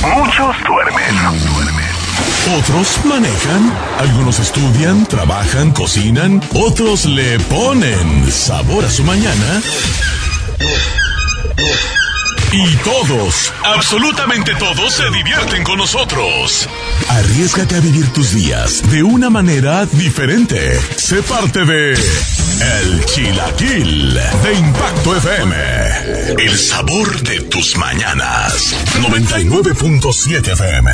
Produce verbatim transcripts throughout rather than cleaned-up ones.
Muchos duermen. Otros manejan, algunos estudian, trabajan, cocinan, otros le ponen sabor a su mañana. Y todos, absolutamente todos, se divierten con nosotros. Arriésgate a vivir tus días de una manera diferente. Sé parte de El Chilaquil de Impacto F M. El sabor de tus mañanas. noventa y nueve punto siete F M.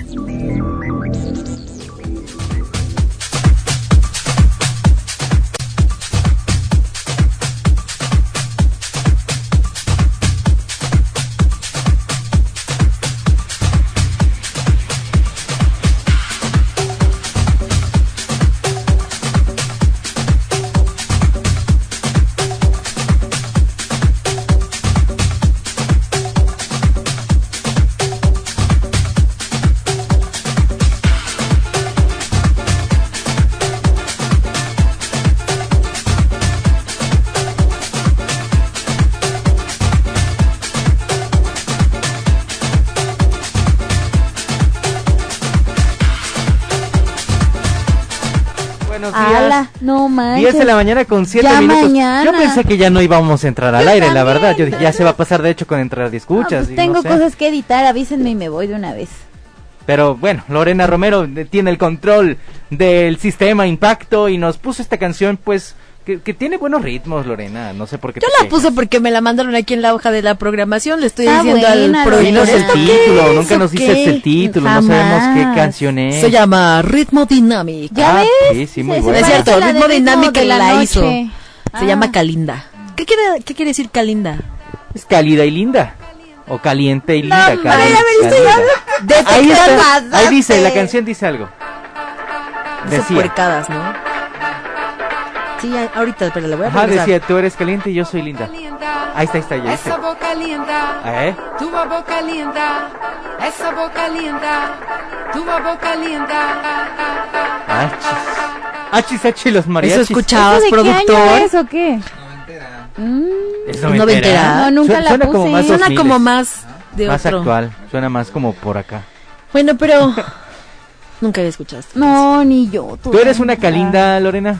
Ala, no manches. diez de la mañana con siete ya minutos. Mañana. Yo pensé que ya no íbamos a entrar al Yo aire, también, la verdad. Yo dije, ya pero... se va a pasar de hecho con entrar de escuchas. No, pues tengo no sé. cosas que editar, avísenme y me voy de una vez. Pero bueno, Lorena Romero tiene el control del sistema Impacto y nos puso esta canción, pues, que, que tiene buenos ritmos, Lorena. No sé por qué. Yo la puse porque me la mandaron aquí en la hoja de la programación. Le estoy Está diciendo buena, al productor. el título, nunca nos dices dices el título, Jamás. no sabemos qué canción es. Se llama Ritmo Dynamic. ¿Ya Ah, ves? sí, sí, muy Se- buena. Es se cierto, parece a la Ritmo de Dynamic de la, noche. hizo. Se Ah. llama Kalinda. ¿Qué quiere, ¿Qué quiere decir Kalinda? Es cálida y linda. O caliente y linda. No, cálida, a ver, estoy cálida. Ahí, está, ahí dice, la canción dice algo. Esas Decía. puercadas, ¿no? Sí, a- ahorita, pero la voy a Ajá, regresar. decía, tú eres caliente y yo soy linda. Ahí está, ahí está, ya Esa boca linda, ¿Eh? tu boca linda, esa boca linda, tu boca linda. Achis. Achis, achis, los mariachis. ¿Eso escuchabas, ¿Eso de productor? qué año es o qué? Mm, Es noventera. noventera. No, nunca Su- la suena puse. como más Suena dos miles. como más de Más otro. actual, suena más como por acá. Bueno, pero nunca había escuchado esto. no, ni yo. ¿Tú eres una calinda, Lorena?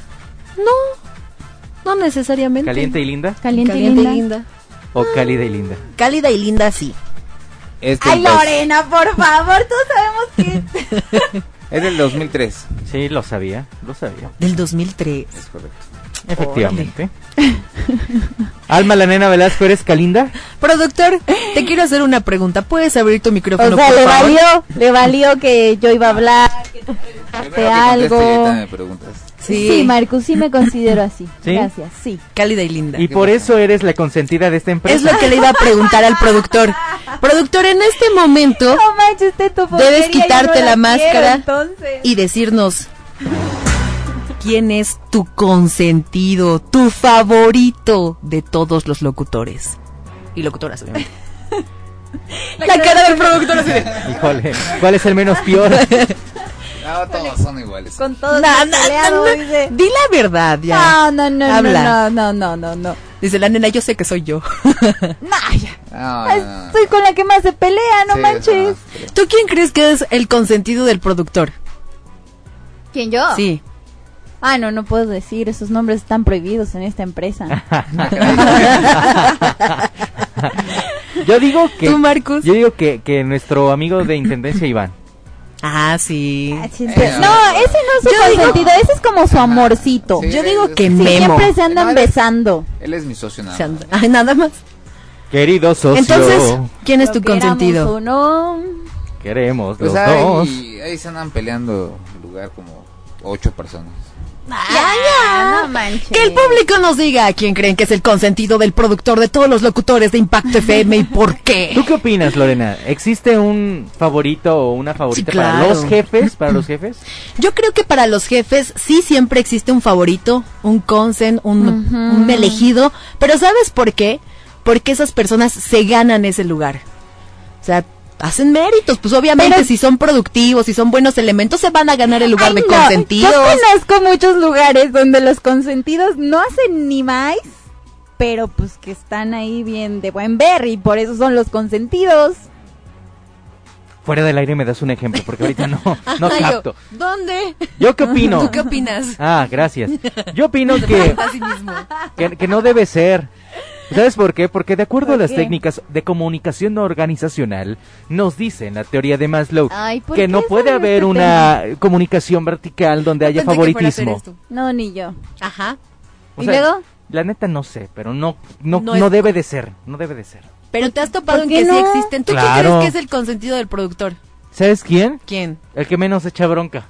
No, no necesariamente. ¿Caliente y linda? Caliente, Caliente y y linda. linda. ¿O cálida y linda? Cálida y linda, sí. Este Ay, pues, Lorena, por favor, todos sabemos que... es del dos mil tres. Sí, lo sabía, lo sabía. Del dos mil tres. Es correcto. Efectivamente. Alma, la nena Velasco, ¿eres calinda? Productor, te quiero hacer una pregunta. ¿Puedes abrir tu micrófono, O sea, por le favor? valió, le valió que yo iba a hablar, que tú Primero preguntaste que algo. conteste y ahorita me preguntas. Sí, Sí, Marcus, sí me considero así. ¿Sí? Gracias, sí. cálida y linda. Y por eso eres la consentida de esta empresa. Es lo que le iba a preguntar al productor. Productor, en este momento No manches, te tu debes porquería, yo quitarte no la quiero, máscara entonces. y decirnos quién es tu consentido, tu favorito de todos los locutores. Y locutoras, obviamente. La cara del productor así de... Híjole, ¿cuál es el menos peor? No, todos son iguales. Con todo No, el no, peleado, no, no. dice. Di la verdad ya. No, no, no, Habla. no, no, no, no, no. Dice la nena, yo sé que soy yo. No, ya. No, Ay, no, no. Soy con la que más se pelea, no Sí, manches. no, ¿Tú quién crees que es el consentido del productor? ¿Quién, yo? Sí. Ah, no, no puedo decir, esos nombres están prohibidos en esta empresa. Yo digo que... ¿Tú, Marcus? Yo digo que, que nuestro amigo de Intendencia, Iván. Ah, sí. Ah, chis- Eh, no, ese no es su yo digo- consentido, ese es como su amorcito. Sí, Yo digo es- que sí, Memo. Siempre se andan No, eres- besando. Él es mi socio nada Se más. anda- Ay, nada más. Querido socio, Entonces, ¿quién es Lo tu queramos consentido? o no. queremos Pues los ahí, dos. ahí se andan peleando el lugar como ocho personas. Ya, ya, no manches. Que el público nos diga a quién creen que es el consentido del productor de todos los locutores de Impacto F M y por qué. ¿Tú qué opinas, Lorena? ¿Existe un favorito o una favorita Sí, para claro. los jefes? ¿Para los jefes? Yo creo que para los jefes sí siempre existe un favorito, un consen, un, Ujú. un elegido, pero ¿sabes por qué? Porque esas personas se ganan ese lugar. O sea, hacen méritos, pues obviamente Pero- si son productivos, si son buenos elementos, se van a ganar el lugar Ay, de no, consentidos. Yo conozco muchos lugares donde los consentidos no hacen ni más, pero pues que están ahí bien de buen ver y por eso son los consentidos. Fuera del aire me das un ejemplo, porque ahorita no, no Ajá, capto. yo, ¿dónde? ¿Yo qué opino? ¿Tú qué opinas? Ah, gracias. Yo opino que, Así mismo. que, que no debe ser. ¿Sabes por qué? Porque de acuerdo a ¿Por las qué? técnicas de comunicación organizacional, nos dice en la teoría de Maslow Ay, ¿por que qué no puede sabes haber este una comunicación vertical donde haya Pensé que fuera a hacer favoritismo. esto. No, ni yo. Ajá. O ¿Y sea, luego? La neta no sé, pero no no No no, es- debe de ser, no debe de ser. Pero te has topado ¿Por en qué que sí no? existen. ¿Tú Claro. quién crees que es el consentido del productor? ¿Sabes quién? ¿Quién? El que menos echa bronca.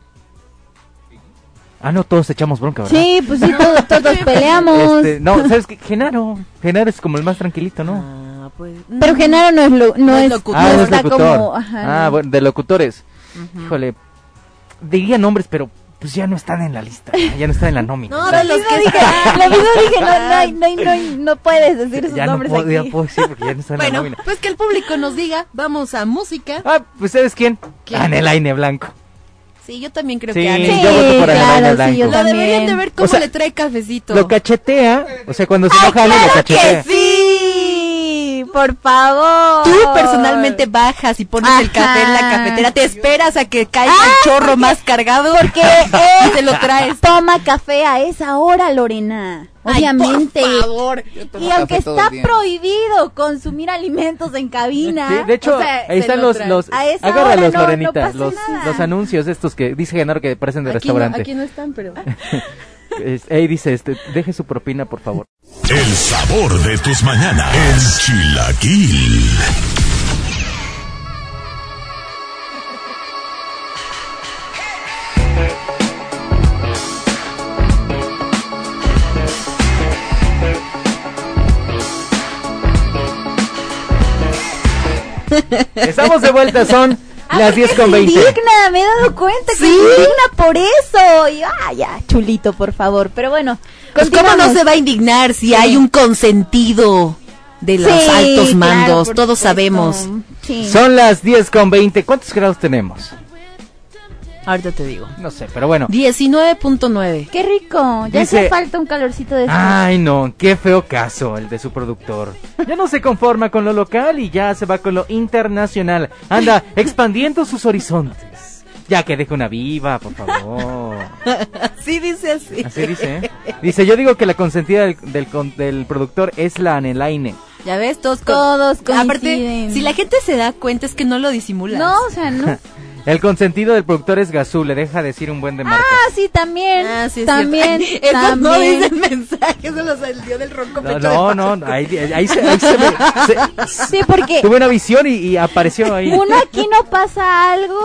Ah, no, todos echamos bronca, ¿verdad? Sí, pues sí, todos, todos peleamos. Este, no, ¿sabes qué? Genaro. Genaro es como el más tranquilito, ¿no? Ah, pues. Pero Genaro no es lo, no, No es es, locutor. Ah, no es está locutor. como, ajá, ah, no. bueno, de locutores. Ujú. Híjole, diría nombres, pero pues ya no están en la lista, ya no están en la nómina. No, O sea, de los que Dije, lo mismo dije, no, no, hay- no, hay- no, hay- no puedes decir sus ya no nombres puedo, ya aquí. puedo decir porque ya no están en la Bueno, nómina. pues que el público nos diga. Vamos a música. Ah, pues ¿sabes quién? ¿Quién? Anelaine Blanco. Sí, yo también creo Sí, que Ana. Sí, yo voto por Anelaine claro, Blanco. sí, yo Lo también. deberían de ver cómo O sea, le trae cafecito. Lo cachetea, o sea, cuando se ¡Ay, enoja Ale, lo claro cachetea. que sí! Por favor. Tú personalmente bajas y pones el café en la Ajá. cafetera, te esperas a que caiga Ah, el chorro más cargado Porque y él te lo traes. toma café a esa hora, Lorena. Ay, Obviamente. por favor. tomo Y aunque café todo está el día. prohibido consumir alimentos en cabina. Sí, de hecho, O sea, ahí se están lo los, trae. los, A esa agárralos, hora no- no Lorenita, pasa los, nada. los anuncios estos que dice Genaro que parecen de Aquí no, restaurante. aquí no están, pero. Es- Ey, dice, este, deje su propina, por favor. El sabor de tus mañanas. El chilaquil. Estamos de vuelta, son las diez con Se veinte. indigna, me he dado cuenta que Sí. se indigna por eso. Y, ah, ya, chulito, por favor. Pero bueno, Pues cómo no continuamos. se va a indignar si hay un consentido de los Sí, altos claro, mandos, por todos supuesto. sabemos. Sí. Son las diez con veinte. ¿Cuántos grados tenemos? Ahorita te digo. No sé, pero bueno. diecinueve punto nueve. Qué rico. Ya Dice- hace falta un calorcito de estos. Ay, no, qué feo caso el de su productor. Ya no se conforma con lo local y ya se va con lo internacional. Anda expandiendo sus horizontes. Ya que deje una viva, por favor. Sí dice así. Así dice, ¿eh? Dice, yo digo que la consentida del, del, con- del productor es la Anelaine. Ya ves, todos con- Todos Aparte, coinciden. si la gente se da cuenta es que no lo disimulas. No, o sea, no. El consentido del productor es Gazú, le deja decir un buen de marca. Ah, sí, también. Ah, sí es también. cierto. Eso también. no dice el mensaje, eso lo salió del ronco No, pecho de no, pájaro. no, ahí, ahí se, ahí se ve- se- Sí, porque tuve una visión y, y apareció ahí. uno aquí no pasa algo.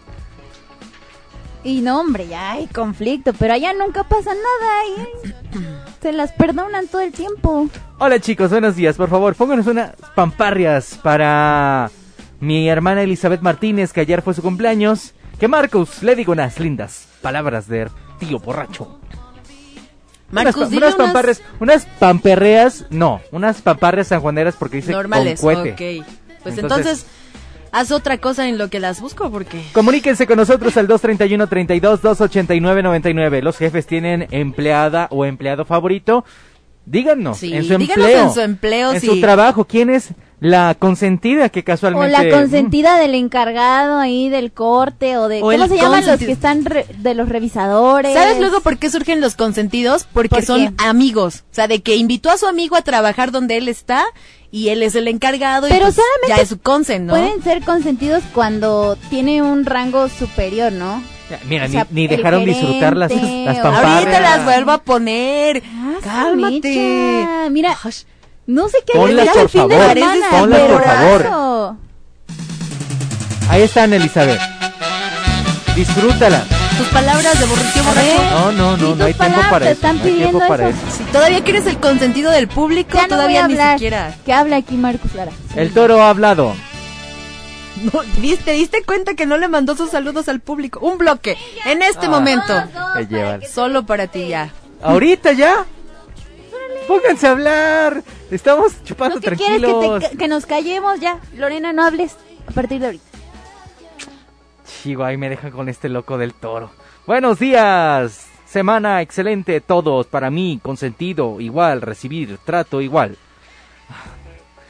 Y no, hombre, ya hay conflicto. Pero allá nunca pasa nada. Y se las perdonan todo el tiempo. Hola chicos, buenos días. Por favor, pónganos unas pamparrias para mi hermana Elizabeth Martínez, que ayer fue su cumpleaños. Que Marcus le diga unas lindas palabras de tío borracho. Marcus, unas, dile unas unas pamparrias, unas pamperreas, no, unas pamparrias sanjuaneras porque dice normales. con cohete. Ok. Pues Entonces- entonces, haz otra cosa en lo que las busco porque... Comuníquense con nosotros al dos treinta y uno, treinta y dos, dos ochenta y nueve, noventa y nueve. Los jefes tienen empleada o empleado favorito. Díganos, Sí, en su díganos empleo. en su empleo, En sí. su trabajo, ¿quién es la consentida que O casualmente... la consentida del encargado ahí del corte. O de. O ¿Cómo el se llaman los consentido. que están re- de los revisadores? ¿Sabes luego por qué surgen los consentidos? Porque ¿Por son qué? amigos. O sea, de que invitó a su amigo a trabajar donde él está y él es el encargado y Pero pues, solamente ya es su consen, ¿no? Pueden ser consentidos cuando tiene un rango superior, ¿no? Mira, O sea, ni, ni el dejaron gerente disfrutar las, las o- pamparrias. Ahorita las vuelvo a poner. Ah, Cálmate. Mecha. Mira, Hush. no sé qué Ponlas, hay por el fin de favor, semana, ponlas, por pero favor. eso. Ahí están, Elizabeth. Disfrútala. Tus palabras de borracho A borracho. ver. No, no, no, Sí, no tus hay tiempo palabras para te eso. están No hay tiempo pidiendo para eso. eso. Si todavía quieres el consentido del público, Ya no voy todavía a ni hablar. siquiera. Que habla aquí Marcus Lara. El toro ha hablado. No, ¿viste- ¿Te diste cuenta que no le mandó sus saludos al público? Un bloque. En este Ah. momento. Ahí llevan. Solo para ti ya. ¿Ahorita ya? Pónganse a hablar. Estamos chupando ¿No, ¿Qué quieres que, tranquilos. te- que nos callemos ya? Lorena, no hables a partir de ahorita. Chigo, ahí me dejan con este loco del toro. Buenos días. Semana excelente todos. Para mí, consentido igual. Recibir trato igual.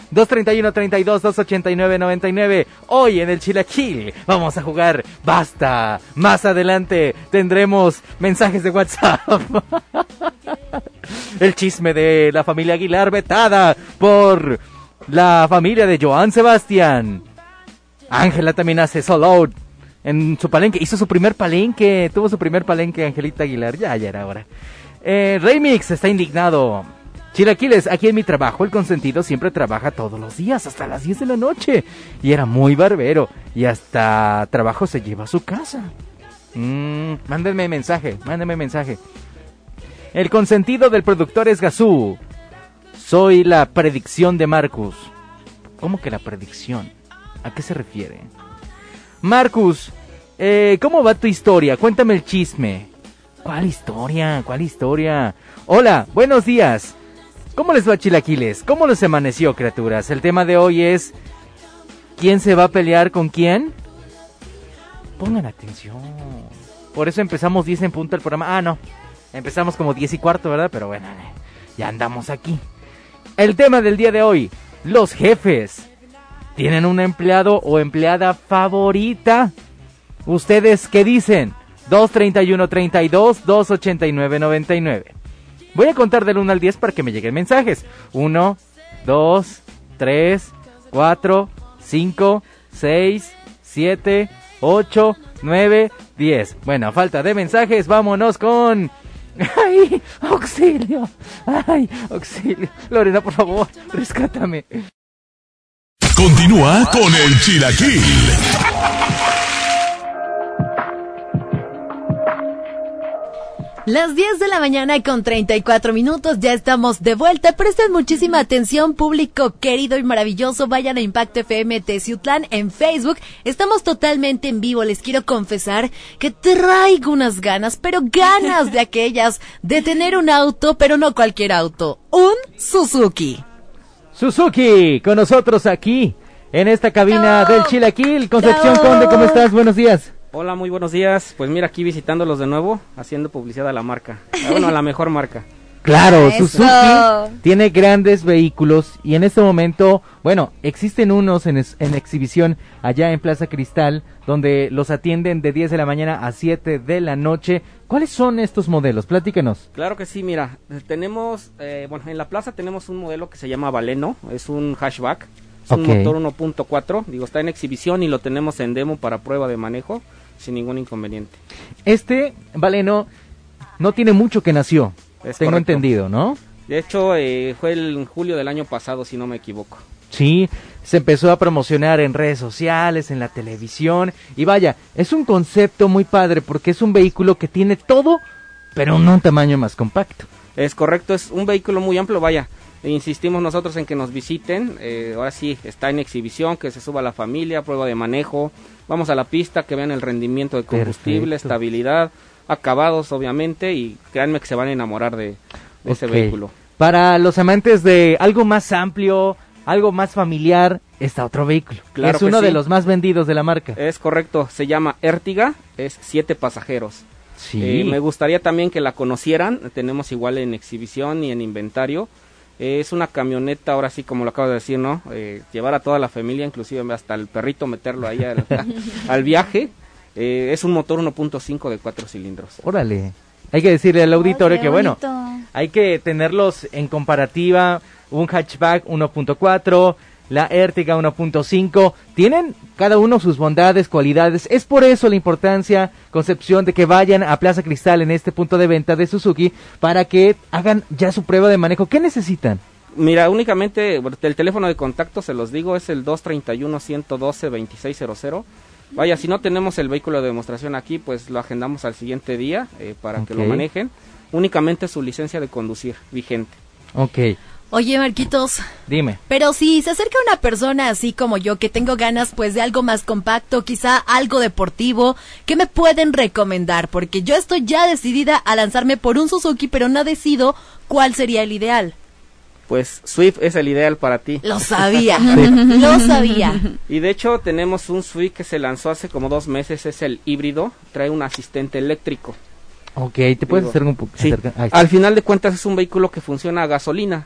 dos treinta y uno, treinta y dos, dos ochenta y nueve, noventa y nueve. Hoy en el Chilaquil vamos a jugar Basta. Más adelante tendremos mensajes de WhatsApp. El chisme de la familia Aguilar vetada por la familia de Joan Sebastián. Ángela también hace sold out en su palenque. Hizo su primer palenque. Tuvo su primer palenque Angelita Aguilar. Ya, ya era hora. Eh, Remix está indignado. Chilaquiles, aquí en mi trabajo el consentido siempre trabaja todos los días hasta las diez de la noche. Y era muy barbero. Y hasta trabajo se lleva a su casa. Mm, mándenme mensaje, mándenme mensaje. El consentido del productor es Gazú. Soy la predicción de Marcus. ¿Cómo que la predicción? ¿A qué se refiere? Marcus, eh, ¿cómo va tu historia? Cuéntame el chisme. ¿Cuál historia? ¿Cuál historia? Hola, buenos días. ¿Cómo les va, Chilaquiles? ¿Cómo les amaneció, criaturas? El tema de hoy es... ¿quién se va a pelear con quién? Pongan atención. Por eso empezamos diez en punto el programa. Ah, no. Empezamos como diez y cuarto, ¿verdad? Pero bueno, ya andamos aquí. El tema del día de hoy. Los jefes. ¿Tienen un empleado o empleada favorita? ¿Ustedes qué dicen? dos treinta y uno, treinta y dos, dos ochenta y nueve, noventa y nueve. Voy a contar del uno al diez para que me lleguen mensajes. uno, dos, tres, cuatro, cinco, seis, siete, ocho, nueve, diez. Bueno, a falta de mensajes, vámonos con... ¡Ay, auxilio! ¡Ay, auxilio! Lorena, por favor, rescátame. Continúa con el Chilaquil. Las diez de la mañana con treinta y cuatro minutos, ya estamos de vuelta. Presten muchísima atención, público querido y maravilloso. Vayan a Impacto F M Teciutlán en Facebook. Estamos totalmente en vivo. Les quiero confesar que traigo unas ganas, pero ganas de aquellas, de tener un auto, pero no cualquier auto. Un Suzuki. Suzuki, con nosotros aquí, en esta cabina ¡No! del Chilaquil. Concepción ¡No! Conde, ¿cómo estás? Buenos días. Hola, muy buenos días. Pues mira, aquí visitándolos de nuevo, haciendo publicidad a la marca. Ah, bueno, a la mejor marca. Claro, Eso. Suzuki tiene grandes vehículos y en este momento, bueno, existen unos en, es- en exhibición allá en Plaza Cristal, donde los atienden de diez de la mañana a siete de la noche. ¿Cuáles son estos modelos? Platícanos. Claro que sí, mira, tenemos, eh, bueno, en la plaza tenemos un modelo que se llama Baleno, es un hatchback, es un Ok. motor uno punto cuatro, digo, está en exhibición y lo tenemos en demo para prueba de manejo, sin ningún inconveniente. Este Baleno no tiene mucho que nació, Es tengo correcto. entendido, ¿no? De hecho, eh, fue el, en julio del año pasado, si no me equivoco. Sí, se empezó a promocionar en redes sociales, en la televisión, y vaya, es un concepto muy padre porque es un vehículo que tiene todo, pero en un tamaño más compacto. Es correcto, es un vehículo muy amplio, vaya. E insistimos nosotros en que nos visiten, eh, ahora sí, está en exhibición, que se suba la familia, prueba de manejo, vamos a la pista, que vean el rendimiento de combustible, Perfecto. estabilidad, acabados obviamente, y créanme que se van a enamorar de, de ese Ok. vehículo. Para los amantes de algo más amplio, algo más familiar, está otro vehículo. Claro es que uno de sí. los más vendidos de la marca. Es correcto, se llama Ertiga, es siete pasajeros. Sí. Eh, me gustaría también que la conocieran, tenemos igual en exhibición y en inventario. Eh, es una camioneta, ahora sí, como lo acabo de decir, ¿no? Eh, llevar a toda la familia, inclusive hasta el perrito, meterlo ahí al, al viaje. Eh, es un motor uno punto cinco de cuatro cilindros. Órale. Hay que decirle al auditorio Qué que, bueno, bonito. hay que tenerlos en comparativa. Un hatchback uno punto cuatro, la Ertiga uno punto cinco. Tienen cada uno sus bondades, cualidades. Es por eso la importancia, Concepción, de que vayan a Plaza Cristal en este punto de venta de Suzuki para que hagan ya su prueba de manejo. ¿Qué necesitan? Mira, únicamente bueno, el teléfono de contacto, se los digo, es el dos treinta y uno, ciento doce, veintiséis cero cero. Vaya, si no tenemos el vehículo de demostración aquí, pues lo agendamos al siguiente día eh, para que lo Ok. manejen. Únicamente su licencia de conducir vigente. Ok, Oye, Marquitos, dime. pero si se acerca una persona así como yo, que tengo ganas pues de algo más compacto, quizá algo deportivo, ¿qué me pueden recomendar? Porque yo estoy ya decidida a lanzarme por un Suzuki, pero no decido cuál sería el ideal. Pues Swift es el ideal para ti. Lo sabía, lo sabía. Y de hecho tenemos un Swift que se lanzó hace como dos meses, es el híbrido, trae un asistente eléctrico. Ok, ¿te puedes Digo, hacer un poco? Sí, acerca- ahí está. al final de cuentas es un vehículo que funciona a gasolina.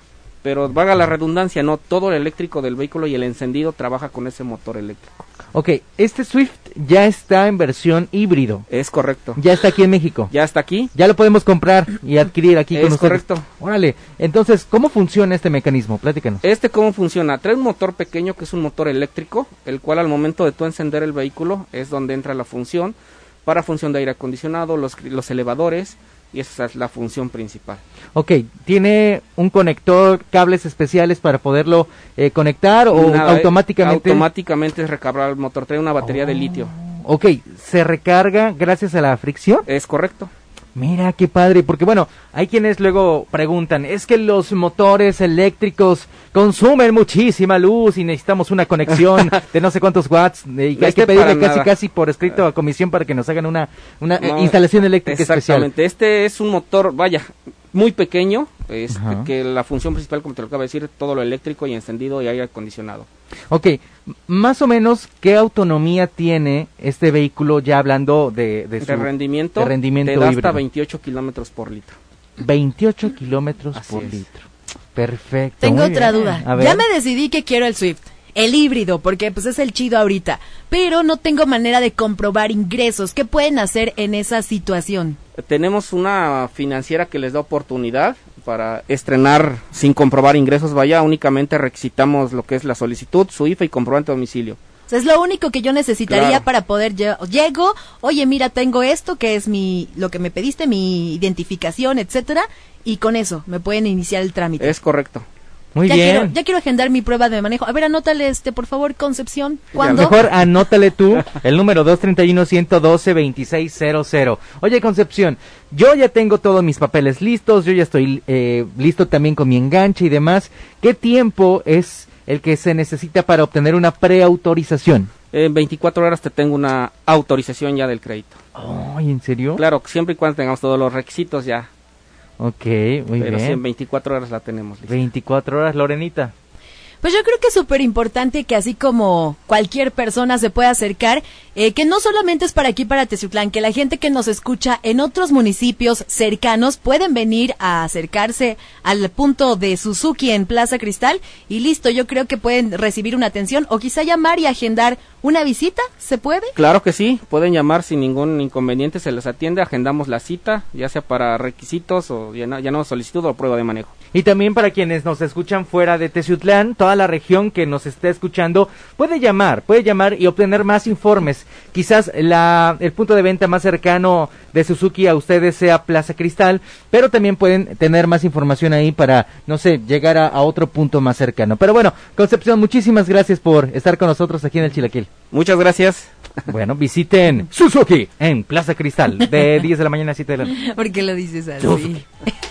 pero valga la redundancia, no, todo el eléctrico del vehículo y el encendido trabaja con ese motor eléctrico. Ok, este Swift ya está en versión híbrido. Es correcto. Ya está aquí en México. Ya está aquí. Ya lo podemos comprar y adquirir aquí con Es ustedes. correcto. Órale, entonces, ¿cómo funciona este mecanismo? Platícanos. Este, ¿cómo funciona? Trae un motor pequeño que es un motor eléctrico, el cual al momento de tú encender el vehículo es donde entra la función, para función de aire acondicionado, los, los elevadores, y esa es la función principal. Ok, ¿tiene un conector, cables especiales para poderlo eh, conectar o Nada, automáticamente? Automáticamente es recargar el motor, trae una batería Oh. de litio. Ok, ¿se recarga gracias a la fricción? Es correcto. Mira, qué padre, porque bueno, hay quienes luego preguntan, es que los motores eléctricos consumen muchísima luz y necesitamos una conexión de no sé cuántos watts, eh, y hay Este que pedirle para casi nada. casi por escrito a comisión para que nos hagan una, una eh, No, instalación eléctrica especial. Exactamente, este es un motor, vaya, muy pequeño, este, Ajá. que la función principal, como te lo acabo de decir, todo lo eléctrico y encendido y aire acondicionado. Ok, m- más o menos, ¿qué autonomía tiene este vehículo ya hablando de, de, su, De rendimiento, de rendimiento te da hasta híbrido? veintiocho kilómetros por litro. veintiocho kilómetros Así por es. litro. Perfecto. Tengo muy otra bien. duda. A ver. Ya me decidí que quiero el Swift. El híbrido, porque pues es el chido ahorita. Pero no tengo manera de comprobar ingresos. ¿Qué pueden hacer en esa situación? Tenemos una financiera que les da oportunidad para estrenar sin comprobar ingresos, vaya, únicamente requisitamos lo que es la solicitud, su I F E y comprobante de domicilio. O sea, es lo único que yo necesitaría Claro. para poder lle- llego, oye, mira, tengo esto que es mi lo que me pediste, mi identificación, etcétera, y con eso me pueden iniciar el trámite. Es correcto. Muy ya bien. quiero ya quiero agendar mi prueba de manejo. A ver, anótale este, por favor, Concepción. ¿Cuándo? Mejor anótale tú el número dos tres uno, uno uno dos, dos seis cero cero. Oye, Concepción, yo ya tengo todos mis papeles listos, yo ya estoy eh, listo también con mi enganche y demás. ¿Qué tiempo es el que se necesita para obtener una preautorización? En veinticuatro horas te tengo una autorización ya del crédito. Ay, ¿en serio? Claro, siempre y cuando tengamos todos los requisitos ya. Ok, muy pero sí, en bien. veinticuatro horas la tenemos lista. veinticuatro horas, Lorenita. Pues yo creo que es súper importante que así como cualquier persona se pueda acercar, eh, que no solamente es para aquí, para Teciutlán, que la gente que nos escucha en otros municipios cercanos pueden venir a acercarse al punto de Suzuki en Plaza Cristal y listo, yo creo que pueden recibir una atención o quizá llamar y agendar una visita, ¿se puede? Claro que sí, pueden llamar sin ningún inconveniente, se les atiende, agendamos la cita, ya sea para requisitos o ya no solicitud o prueba de manejo. Y también para quienes nos escuchan fuera de Teciutlán, toda la región que nos esté escuchando, puede llamar, puede llamar y obtener más informes. Quizás la, el punto de venta más cercano de Suzuki a ustedes sea Plaza Cristal, pero también pueden tener más información ahí para, no sé, llegar a, a otro punto más cercano. Pero bueno, Concepción, muchísimas gracias por estar con nosotros aquí en el Chilaquil. Muchas gracias. Bueno, visiten Suzuki en Plaza Cristal, de diez de la mañana a siete de la noche. ¿Por qué lo dices así? Suzuki.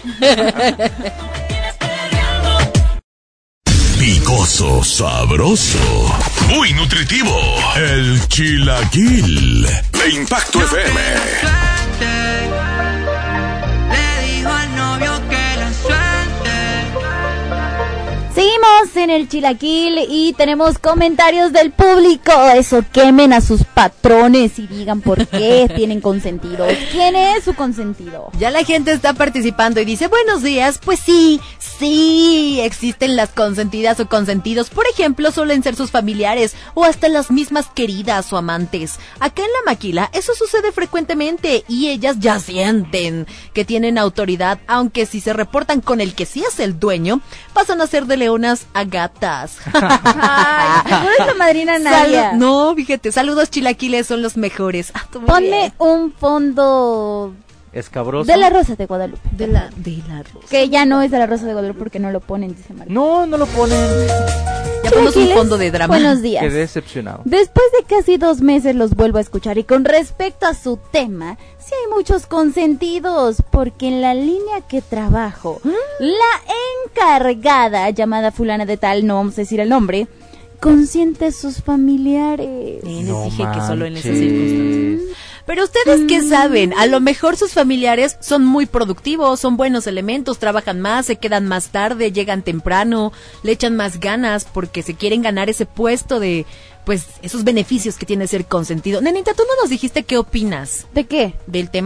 Picoso, sabroso, muy nutritivo. El Chilaquil de Impacto F M. Le dijo al novio que la suelte. Seguimos en el Chilaquil y tenemos comentarios del público. Eso, quemen a sus patrones y digan por qué tienen consentidos. ¿Quién es su consentido? Ya la gente está participando y dice, buenos días, pues sí, sí, existen las consentidas o consentidos, por ejemplo, suelen ser sus familiares o hasta las mismas queridas o amantes. Acá en La Maquila eso sucede frecuentemente y ellas ya sienten que tienen autoridad, aunque si se reportan con el que sí es el dueño, pasan a ser de leonas a gatas. Ay, seguro es la madrina Nadia. Salu- no, fíjate, saludos chilaquiles, son los mejores. Ah, tú muy Ponme bien. un fondo Escabroso. de la Rosa de Guadalupe. de la de la rosa. Que ya no es de la Rosa de Guadalupe porque no lo ponen, dice María. No, no lo ponen. Ya ponemos un Chilaquiles, fondo de drama. Buenos días. Quedé decepcionado. Después de casi dos meses los vuelvo a escuchar y con respecto a su tema, sí hay muchos consentidos, porque en la línea que trabajo, la encargada, llamada fulana de tal, no vamos a decir el nombre, consiente a sus familiares. Eh, les No dije que solo en esas manches. circunstancias. Pero ustedes qué saben, a lo mejor sus familiares son muy productivos, son buenos elementos, trabajan más, se quedan más tarde, llegan temprano, le echan más ganas porque se quieren ganar ese puesto de, pues, esos beneficios que tiene ser consentido. Nenita, tú no nos dijiste qué opinas ¿De qué? del tema.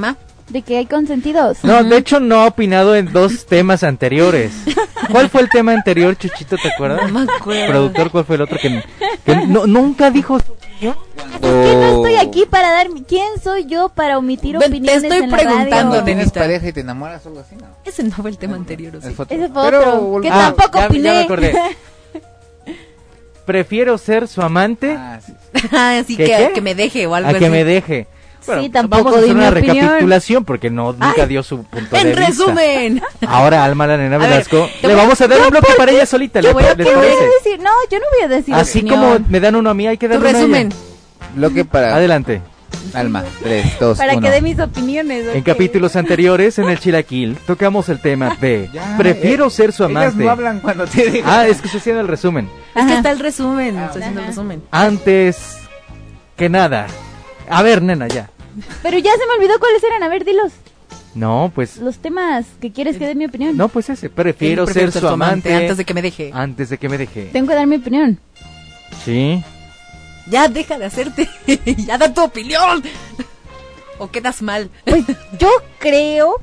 De que hay consentidos. No, de hecho no ha opinado en dos temas anteriores. ¿Cuál fue el tema anterior, Chuchito, te acuerdas? No me acuerdo. Productor, ¿cuál fue el otro que, que no, nunca dijo su opinión? Es que no estoy aquí para dar... mi- ¿Quién soy yo para omitir Ven, te opiniones estoy en la preguntando, radio? Cuando tienes Nenita. pareja y te enamoras o algo así, ¿no? Ese no fue el tema anterior, ¿o sí? Es foto. Ese fue Pero otro, vol- que Ah, tampoco ya- ya opiné. me acordé. Prefiero ser su amante Ah, sí. Así ¿Qué, que, qué? que me deje o algo a que así. me deje. Sí, tampoco vamos a di hacer mi una opinión. recapitulación porque no nunca Ay, dio su punto de En vista. resumen. Ahora Alma la Nena A ver, Velasco, te le voy- vamos a dar un bloque para ella solita, ¿le yo voy a- les ¿Qué voy a parece? decir? No, yo no voy a decir Así opinión. como me dan uno a mí, hay que Tu darle uno a ella. resumen. Bloque para Adelante. Alma. tres, dos, Para uno. que dé mis opiniones. En ok. capítulos anteriores en el Chilaquil tocamos el tema de Ya, prefiero eh, ser su Ellas amante. no hablan cuando te digo. Ah, es que estoy haciendo el resumen. Es que Ajá. está el resumen. Estoy haciendo el Ajá. resumen. Antes que nada. A ver, nena, ya. Pero ya se me olvidó cuáles eran. A ver, dilos. No, pues Los temas que quieres que dé mi opinión. no, pues ese, prefiero, Él prefiere ser su amante antes de que me deje. antes de que me deje. Tengo que dar mi opinión. Sí. Ya deja de hacerte. Ya da tu opinión. O quedas mal. Pues yo creo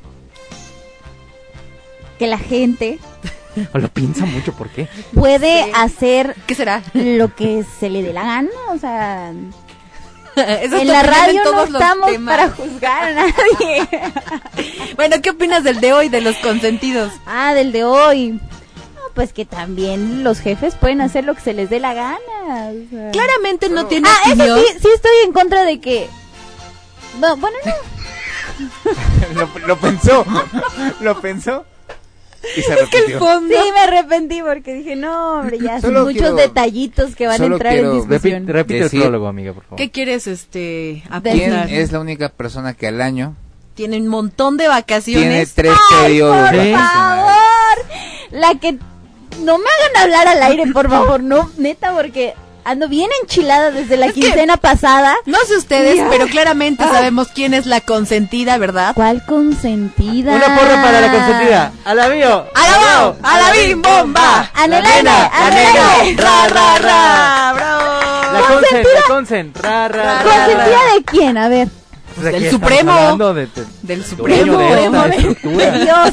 que la gente O lo piensa mucho, ¿por qué? puede Sí. hacer ¿Qué será? lo que se le dé la gana. O sea, Esa es en tu la opinión radio no todos los estamos temas. para juzgar a nadie. Bueno, ¿qué opinas del de hoy, de los consentidos? Ah, del de hoy. No, pues que también los jefes pueden hacer lo que se les dé la gana. o sea. Claramente no tiene Ah, eso opinión. sí, sí estoy en contra de que... No, bueno, no. lo, lo pensó. Lo pensó. Y se Es que el arrepintió. fondo... Sí, me arrepentí porque dije, no, hombre, ya son Solo muchos quiero- detallitos que van a solo entrar quiero- en discusión. Repite, repite el Decir- prólogo, amiga, por favor. ¿Qué quieres, este, ¿Quién apuntar? es la única persona que al año Tiene un montón de tiene vacaciones. tres ¡Ay, periodos por Sí. vacacionales? favor! La que... No me hagan hablar al aire, por favor, no, neta, porque ando bien enchilada desde la Es que- quincena pasada. No sé ustedes, Ya. pero claramente sabemos quién es la consentida, ¿verdad? ¿Cuál consentida? Una porra para la consentida. A la bio. ¡A la bao! ¡A la bim bomba! ¡Anelane! ¡Anelane! ¡Ra, ra, ra! ¡Bravo! La consen, la consen. Ra, ra, ra, ¿Consentida ra. de quién? A ver. Pues aquí Del estamos Supremo. hablando de- de- Del dueño Supremo. de esta Supremo de- estructura. de Dios.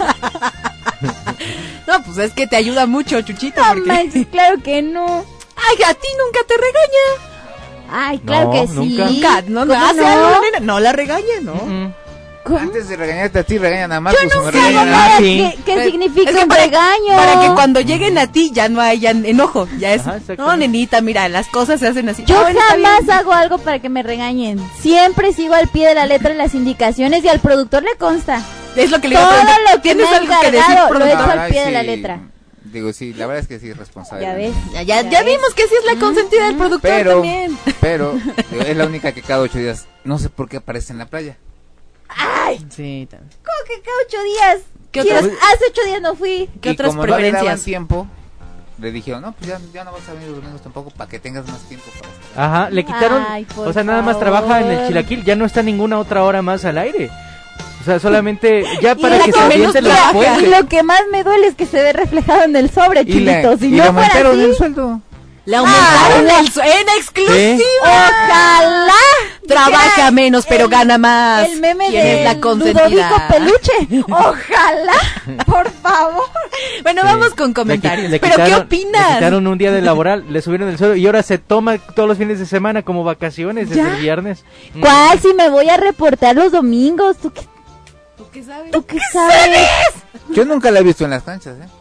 No, pues es que te ayuda mucho, Chuchito. No porque... manches, claro que no. Ay, a ti nunca te regaña. Ay, claro No, que sí. nunca. Nunca, no, no ¿Cómo hace no? algo, nena. No la regañe, ¿no? Mm. ¿Cómo? Antes de regañarte a ti, regañan a Marcos. Yo o me no sé regañan a nada sí. que, que Eh, significa es que un para- regaño. Para que cuando lleguen a ti ya no hayan enojo. Ya es. Ajá, exactamente. No, nenita, mira, las cosas se hacen así. Yo Ah, bueno, está jamás bien. hago algo para que me regañen. Siempre sigo al pie de la letra las indicaciones y al productor le consta. Es lo que le iba a Todo preguntar. lo que ¿Tienes me ha algo que decir, encargado, lo he productor? hecho al Ay, pie de la sí. letra. Digo, sí, la verdad es que sí, responsable. Ya ves. Ya, ya, Ya ya ves. vimos que sí es la consentida del productor Pero, también. pero, digo, es la única que cada ocho días, no sé por qué aparece en la playa. Ay, Sí, también. ¿cómo que cada ocho días? ¿Qué Sí, otras- Hace ocho días no fui. ¿Qué y otras como no le daban preferencias? tiempo, le dijeron, no, pues ya, ya no vas a venir los domingos tampoco para que tengas más tiempo para estar. Ajá, le quitaron. Ay, por O sea, nada más favor. trabaja en el Chilaquil. Ya no está ninguna otra hora más al aire. O sea, solamente ya Y para la que que se menos avienten los trabaja. Y puentes. lo que más me duele es que se ve reflejado en el sobre, Y, le, chulito. Si y no le fuera aumentaron así, el sueldo. Le aumentaron Ah, el su- en exclusiva. ojalá. Trabaja dijera menos, pero el- gana más. El meme ¿Quién de es la consentida? Ludovico Peluche. Ojalá, por favor. Bueno, Sí. vamos con Le qui- comentarios. le ¿Pero qué quitaron- Le opinas? quitaron un día de laboral, le subieron el sueldo y ahora se toma todos los fines de semana como vacaciones desde ¿Ya? el viernes. Mm. ¿Cuál? Si me voy a reportar los domingos. ¿Tú qué, ¿Tú qué sabes? tú qué sabes? Yo nunca la he visto en las canchas, ¿eh?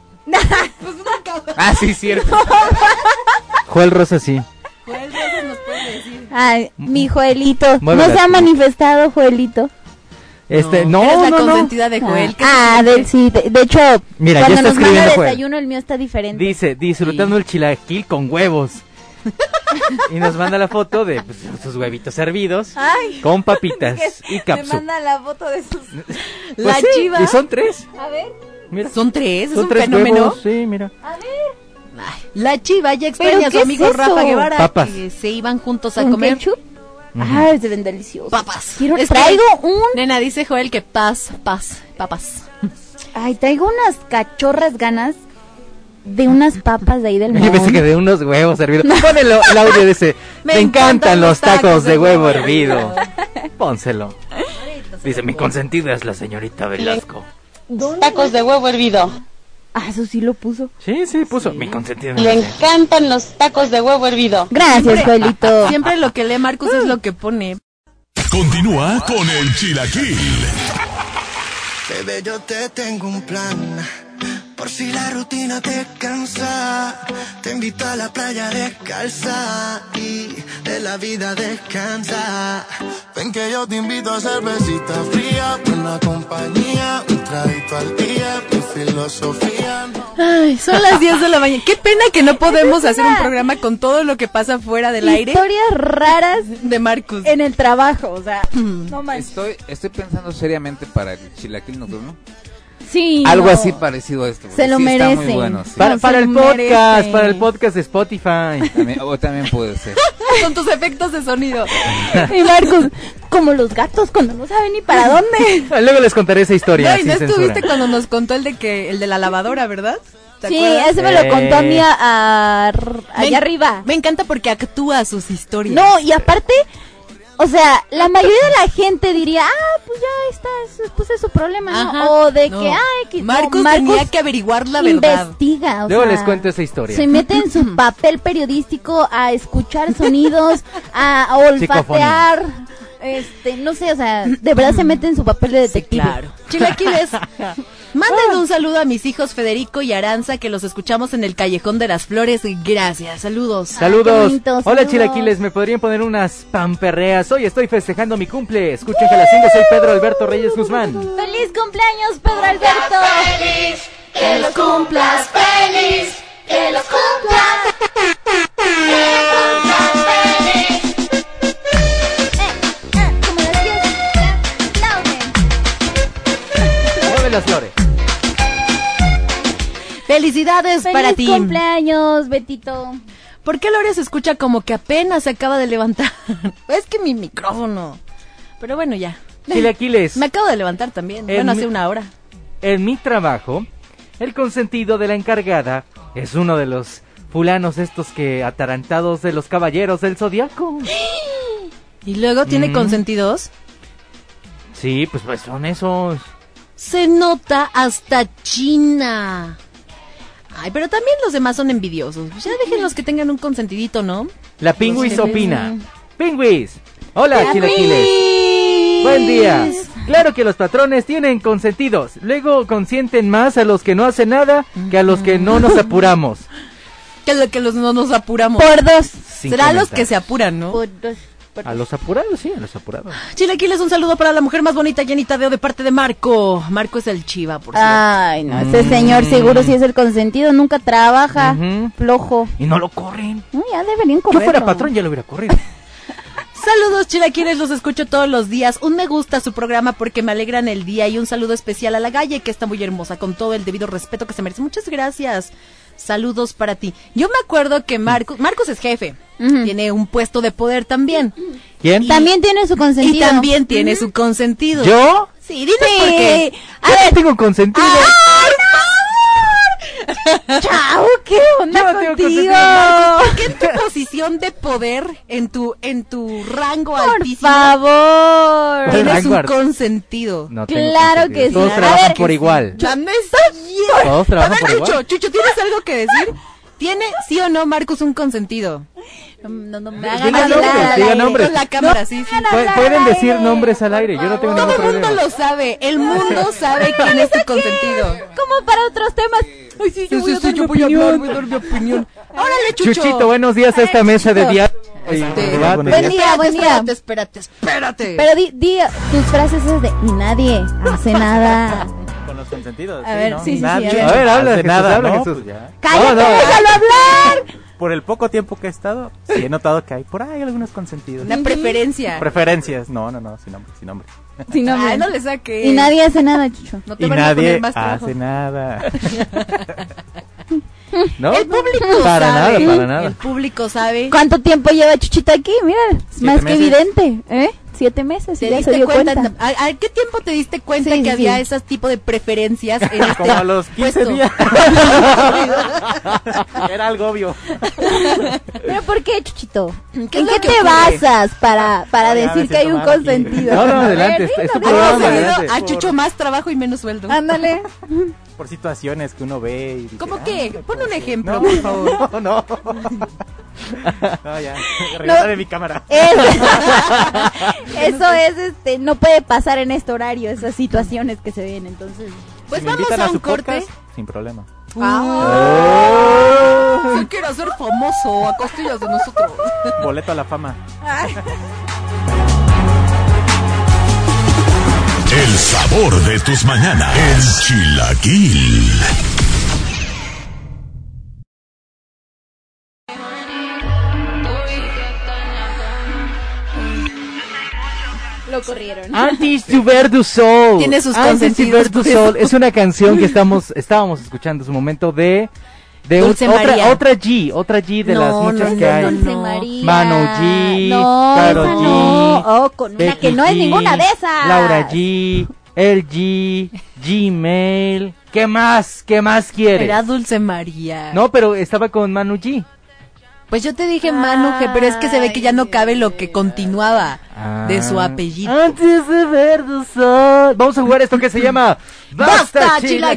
Ah, sí, cierto. Joel Rosa sí. ¿Cuál veces nos puedes decir? Ay, mi Joelito. Mueve No la se ha chulita. manifestado, Joelito. Este, no, Eres la no, no. consentida de Joel. ¿qué Ah, se de, siente? sí, de, de hecho, Mira, ya cuando está nos manda escribiendo Joel. desayuno, el mío está diferente. Dice, disfrutando el chilaquil con huevos. Y nos manda la foto de pues, sus huevitos hervidos Ay, con papitas y me cápsula. manda la foto de sus... La Pues sí, chiva. y son tres. A ver, Mira, Son tres, es son un tres fenómeno. huevos. Sí, mira. a ver. Ay, la chiva ya extraña ¿Pero a su qué amigo es eso? Rafa Guevara. Papas. Que se iban juntos a ¿Con comer. ketchup? Ay, se ven deliciosos. Papas. Quiero, Es que- traigo un... Nena, dice Joel que paz, paz, papas. Ay, traigo unas cachorras ganas de unas papas de ahí del Yo pensé mall. que de unos huevos hervidos. Pon el, el audio de ese. Me, encantan los tacos de huevo hervido. Pónselo. Dice, mi consentida es la señorita Velasco. Tacos de huevo hervido. Ah, eso sí lo puso. Sí, sí, puso mi consentida. Le encantan los tacos de huevo hervido. Gracias, Joelito. Siempre lo que lee Marcus es lo que pone. Continúa con el Chilaquil. Bebé, yo te tengo un plan. Por si la rutina te cansa, te invito a la playa descalza y de la vida descansa. Ven que yo te invito a cervecita fría, buena compañía, un traguito al día, mi filosofía. Ay, son las diez de la mañana. Qué pena que no podemos hacer un programa con todo lo que pasa fuera del aire. Historias raras de Marcus en el trabajo, o sea, no manches. Estoy, estoy pensando seriamente para el Chilaquil nocturno. Sí, algo no. así parecido a esto. Se lo sí merece. Está muy bueno, sí. Para, No, para se el lo podcast, merece. para el podcast de Spotify. También, o también puede ser. Con tus efectos de sonido. Y Marcus, como los gatos cuando no saben ni para dónde. Luego les contaré esa historia. No, y sin no censura. estuviste cuando nos contó el de que el de la lavadora, ¿verdad? ¿Te Sí, acuerdas? ese me lo contó a mí Eh. a- a- allá Me- arriba. Me encanta porque actúa sus historias. No, y aparte, o sea, la mayoría de la gente diría, ah, pues ya está, es- pues es su problema, ¿no? Ajá. O de No. que, ay, que no, Marcus, tenía que averiguar la verdad. investiga, o Luego sea, les cuento esa historia. se mete en su papel periodístico a escuchar sonidos, a, a olfatear, este, no sé, o sea, de verdad se mete en su papel de Sí, detective. claro. Chilaquiles, manden un saludo a mis hijos Federico y Aranza, que los escuchamos en el Callejón de las Flores. Gracias, saludos. Ay, Saludos. qué bonito, Hola, saludos. chilaquiles, ¿me podrían poner unas pamperreas? Hoy estoy festejando mi cumple. Escuchen que a las cinco soy Pedro Alberto Reyes Guzmán. ¡Feliz cumpleaños, Pedro Alberto! Que los cumplas feliz, que los cumplas, que los cumplas feliz. Eh, eh, como las diez, aplauden. Mueve las flores. Felicidades ¡Feliz para ti. cumpleaños, Betito! ¿Por qué Lore se escucha como que apenas se acaba de levantar? Es que mi micrófono. Pero bueno, ya. Chilaquiles, Me acabo de levantar también. En Bueno, hace mi- una hora. en mi trabajo, el consentido de la encargada es uno de los fulanos estos que atarantados de los caballeros del zodiaco. Y luego tiene Mm. consentidos. Sí, pues, pues son esos. Se nota hasta China. Ay, pero también los demás son envidiosos. Ya déjenlos que tengan un consentidito, ¿no? La Pingüis Los opina. Pingüis. Hola, La chilaquiles. Pingüis. Buen día. Claro que los patrones tienen consentidos. Luego consienten más a los que no hacen nada que a los que no nos apuramos. Que lo que los no nos apuramos. Por dos. Sin Será los comentar. que se apuran, ¿no? Por dos. Por A dos. los apurados, sí, a los apurados. Chilaquiles, un saludo para la mujer más bonita, llenita de de parte de Marco. Marco es el chiva, por cierto. Ay, no, ese Mm. señor seguro sí es el consentido, nunca trabaja, Ujú. flojo. Y no lo corren. No, ya deberían Yo correrlo. fuera patrón ya lo hubiera corrido. Saludos, chilaquiles, los escucho todos los días. Un me gusta su programa porque me alegran el día, y un saludo especial a la Galle, que está muy hermosa, con todo el debido respeto que se merece. Muchas gracias. Saludos para ti. Yo me acuerdo que Marcos, Marcos es jefe, Ujú. tiene un puesto de poder también. ¿Quién? También tiene su consentido. Y también tiene su consentido. ¿Yo? Sí, dinos Sí. por qué. A Yo ver, no tengo consentido. chao, ¿qué onda Yo no tengo contigo? consentido, Marcos, ¿por qué en tu posición de poder, en tu, en tu rango Por altísimo, favor. ¿Cuál tienes rango un art- consentido? No tengo Claro consentido. que sí. Todos A trabajan ver, por que igual. Ya me está bien. Todos A trabajan ver, por Chucho, igual. Chucho, ¿tienes algo que decir? ¿Tiene, sí o no, Marcos, un consentido? No, no, no me Diga hagan nombres, hablar al diga aire. nombres. Con la cámara, sí, sí. No, Pu- hablar Pueden al decir aire, nombres al por aire, yo no tengo Todo ningún el mundo problema. lo sabe, el mundo sabe quién es tu consentido. Como para otros temas. Ay, sí, yo Sí, voy sí, a dar sí, yo mi voy a hablar, opinión. voy a dar mi opinión. Órale, Chucho. Chuchito, buenos días a esta mesa de Chuchito. diálogo. y Este, debate. Buen día, Espérate, buen día. espérate, espérate, espérate. Pero di, di tus frases esas de y nadie hace nada. Con los consentidos. A ver, sí, sí, sí, Nadie a ver. A ver, habla, hace Jesús, nada, habla, ¿no? Jesús. Pues ya. ¡Cállate, No, no. déjalo hablar! Por el poco tiempo que he estado, sí he notado que hay por ahí algunos consentidos. Una preferencia. Preferencias. No, no, no, sin nombre, sin nombre. Sí, no, Ay, no, no le saques. y nadie hace nada, Chucho. No te Y van a nadie poner más trabajo. hace nada. ¿No? El público Para sabe. nada, para nada. El público sabe. ¿Cuánto tiempo lleva Chuchito aquí? Mira, es Siete más que meses. evidente, ¿eh? siete meses y ¿Te ya se diste dio cuenta? cuenta. ¿A, a qué tiempo te diste cuenta Sí, que sí, había sí. ese tipo de preferencias en este Como a los quince puesto? días. Era algo obvio. ¿Pero por qué, Chuchito? ¿En ¿Qué es lo qué que te ocurre? basas para, para No, ya decir me que hay un siento mal aquí. consentido? No, no, A ver, adelante, es- es tu dilo, programa, dilo. Hemos adelante. tenido a Chucho más trabajo y menos sueldo. Ándale. Por situaciones que uno ve y dice, ¿Cómo ah, qué? no Pon puedo un ser. ejemplo, No, por favor. no, no. No, ya. Regresa No. de mi cámara. Es- eso es, este, no puede pasar en este horario, esas situaciones que se ven, entonces. Pues Si me vamos invitan a su un corte. podcast, sin problema. Ah, sí quiero ser famoso a costillas de nosotros. Boleto a la fama. El sabor de tus mañanas. El chilaquil. Lo corrieron. Antes de ver tu sol. Tiene sus Antes de consentidos, ver tu por eso. sol. Es una canción que estamos, estábamos escuchando en su momento de, de Dulce un- María. otra, otra G, otra G de No, las muchas no, que no, hay. no, Dulce no. María. Manu G, No, Karol esa G, no. Oh, con una Becky que no es G, ninguna de esas. Laura G, El G, Gmail. ¿Qué más? ¿Qué más quieres? Era Dulce María. No, pero estaba con Manu G. Pues yo te dije Manu G, pero es que se ve que ya no cabe lo que continuaba de su apellido. Antes de ver tu sol. Vamos a jugar esto que se llama ¡Basta,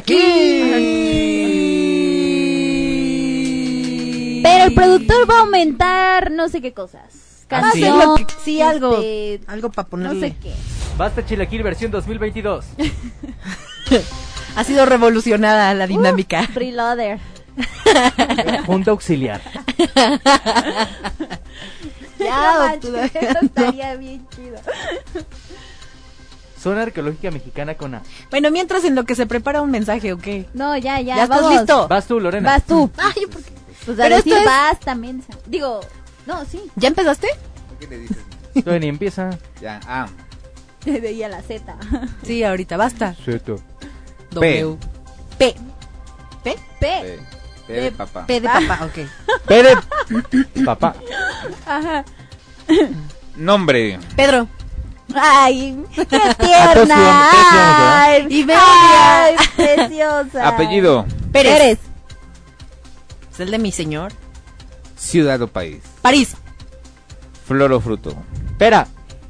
Chilaquil! Pero el productor va a aumentar no sé qué cosas. ¿Ah, Va a sí? ser lo que- sí, este, algo, algo para no ponerle. sé qué. Basta Chilaquil versión dos mil veintidós. Ha sido revolucionada la dinámica. Uh, Preloader. Junta auxiliar. Ya, No, manches, todavía eso no. estaría bien chido. Zona arqueológica mexicana con A. Bueno, mientras en lo que se prepara un mensaje, ¿o qué? No, ya, ya. ¿Ya estás vamos. listo? Vas tú, Lorena. Vas tú. Ay, ¿por qué? Pues a Pero decir esto es- vas también. Digo, no, sí. ¿Ya empezaste? ¿Qué le dices? Todavía ni empieza. Ya, ah. De ahí a la Z. Sí, ahorita, basta. Cierto. W. P. ¿P? P. P, P de papá. P de papá, ok. P de papá. Ajá. Nombre. Pedro. Ay, qué A todos tierna. íbamos, todos íbamos, ¿verdad? Ay, Y me ay, odia. preciosa. Apellido. Pérez. Pérez. Es el de mi señor. Ciudad o país. París. Flor o fruto. Espera.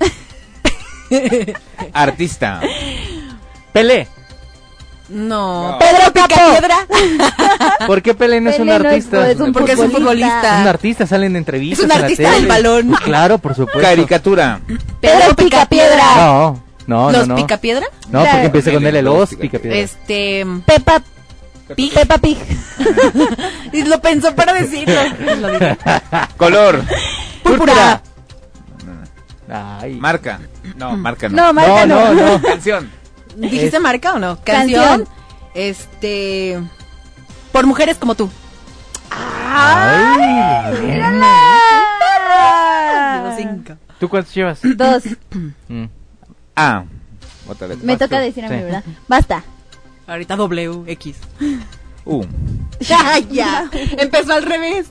Artista. Pelé. No. No. Pedro Picapiedra. ¿Por qué Pelé no es un Pelé no es- artista? es un Porque es un futbolista. Es un artista, salen en entrevistas. Es un en la artista tele. del balón. Pues claro, por supuesto. Caricatura. Pedro Picapiedra. No, no, no. ¿Los no. Picapiedra? No, porque Claro. empieza con L, Los los Picapiedra. picapiedra. Este. Peppa Pig. Peppa Pig. Y lo pensó para decirlo. Lo diré. Color. Púrpura. Ay. Marca. No, marca no. No, marca no, no. no, no. Canción. ¿Dijiste Es- marca o no? Canción. Canción. Este. Por mujeres como tú. Ay, Lorena. Digo cinco. ¿Tú cuántos llevas? Dos. Mm. A. Otra letra. Me Vas toca tú. decir a mí, Sí. ¿verdad? Basta. Ahorita W, X. U. Ya, ya. Empezó al revés.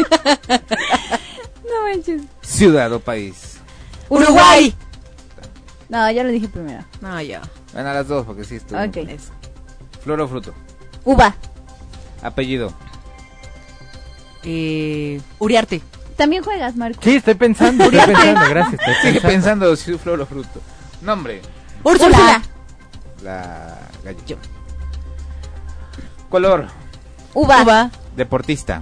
No manches. Ciudad o país. Uruguay. No, ya lo dije primero. No, ya. Van a las dos porque sí estuvo. Ok. Es- Flor o fruto. Uva. Apellido. Eh, Uriarte. También juegas, Marco. Sí, estoy pensando, estoy pensando, gracias. Estoy Sigue pensando. pensando si flor o fruto. Nombre. Úrsula. La gallina. Yo. Color. Uva. Uva. Deportista.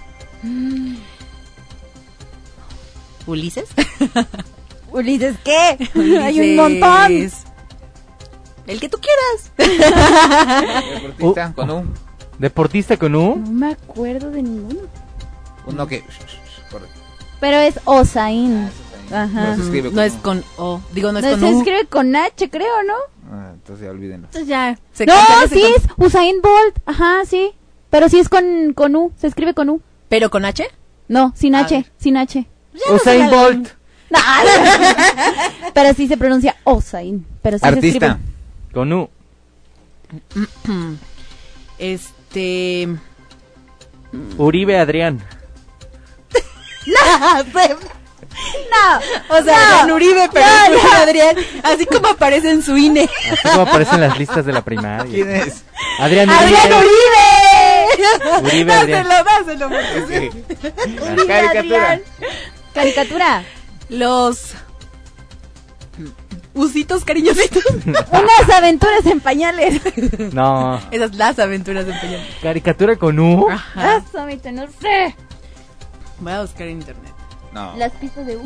Ulises. Ulises, ¿qué? Hay un montón. Ulises. El que tú quieras. Deportista. Uh, con U. Deportista con U. No me acuerdo de ninguno. Uno que. Corre. Pero es Osain. Ajá. No se escribe No con es U. con O. Digo, no es No, con se U. escribe con H, creo, ¿no? Ah, entonces ya olvídenlo. Entonces ya. Se No, cancela ese sí con- es Usain Bolt. Ajá, sí. Pero sí es con, con U. Se escribe con U. ¿Pero con H? No, sin A H. ver. Sin H. Usain Bolt. No. Pero sí se pronuncia Osain. Pero sí se Artista. escribe. Con U. Este. Uribe Adrián. No, O sea, no, Adrián Uribe, pero no, es no. Adrián, así como aparece en su I N E. Así como aparecen las listas de la primaria. ¿Quién es? Adrián ¡Adrián Uribe. Uribe! Uribe, Adrián. Dáselo, dáselo. porque Ok. Uribe, Caricatura. Adrián. Caricatura. Los usitos cariñositos. Unas aventuras en pañales. No. Esas las aventuras de Peña. Caricatura con U. Ajá. Eso, mi no sé. Voy a buscar en internet. No. Las pistas de U.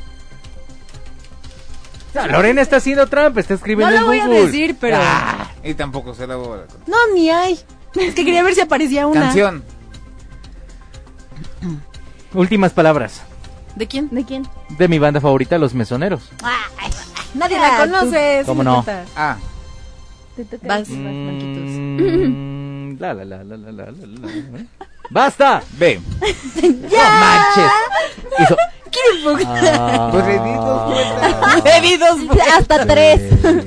Ah, Lorena está haciendo trampa, está No escribiendo lo en voy a Google. decir, pero. Ah, Y tampoco se la voy a... No, ni hay. Es que quería ver si aparecía una. Canción. últimas palabras ¿De quién? ¿De quién? de mi banda favorita, Los Mesoneros. Ay, Nadie la conoce. ¿Cómo sí no? me cuenta. Ah. te toca. Vas. decir, Mm, la, la, la, la, la, la, la, la. ¡Basta! B. ¡Ya! ¡No manches! Hizo... Ah. Pues le di dos vueltas. Le di dos vueltas. Hasta tres.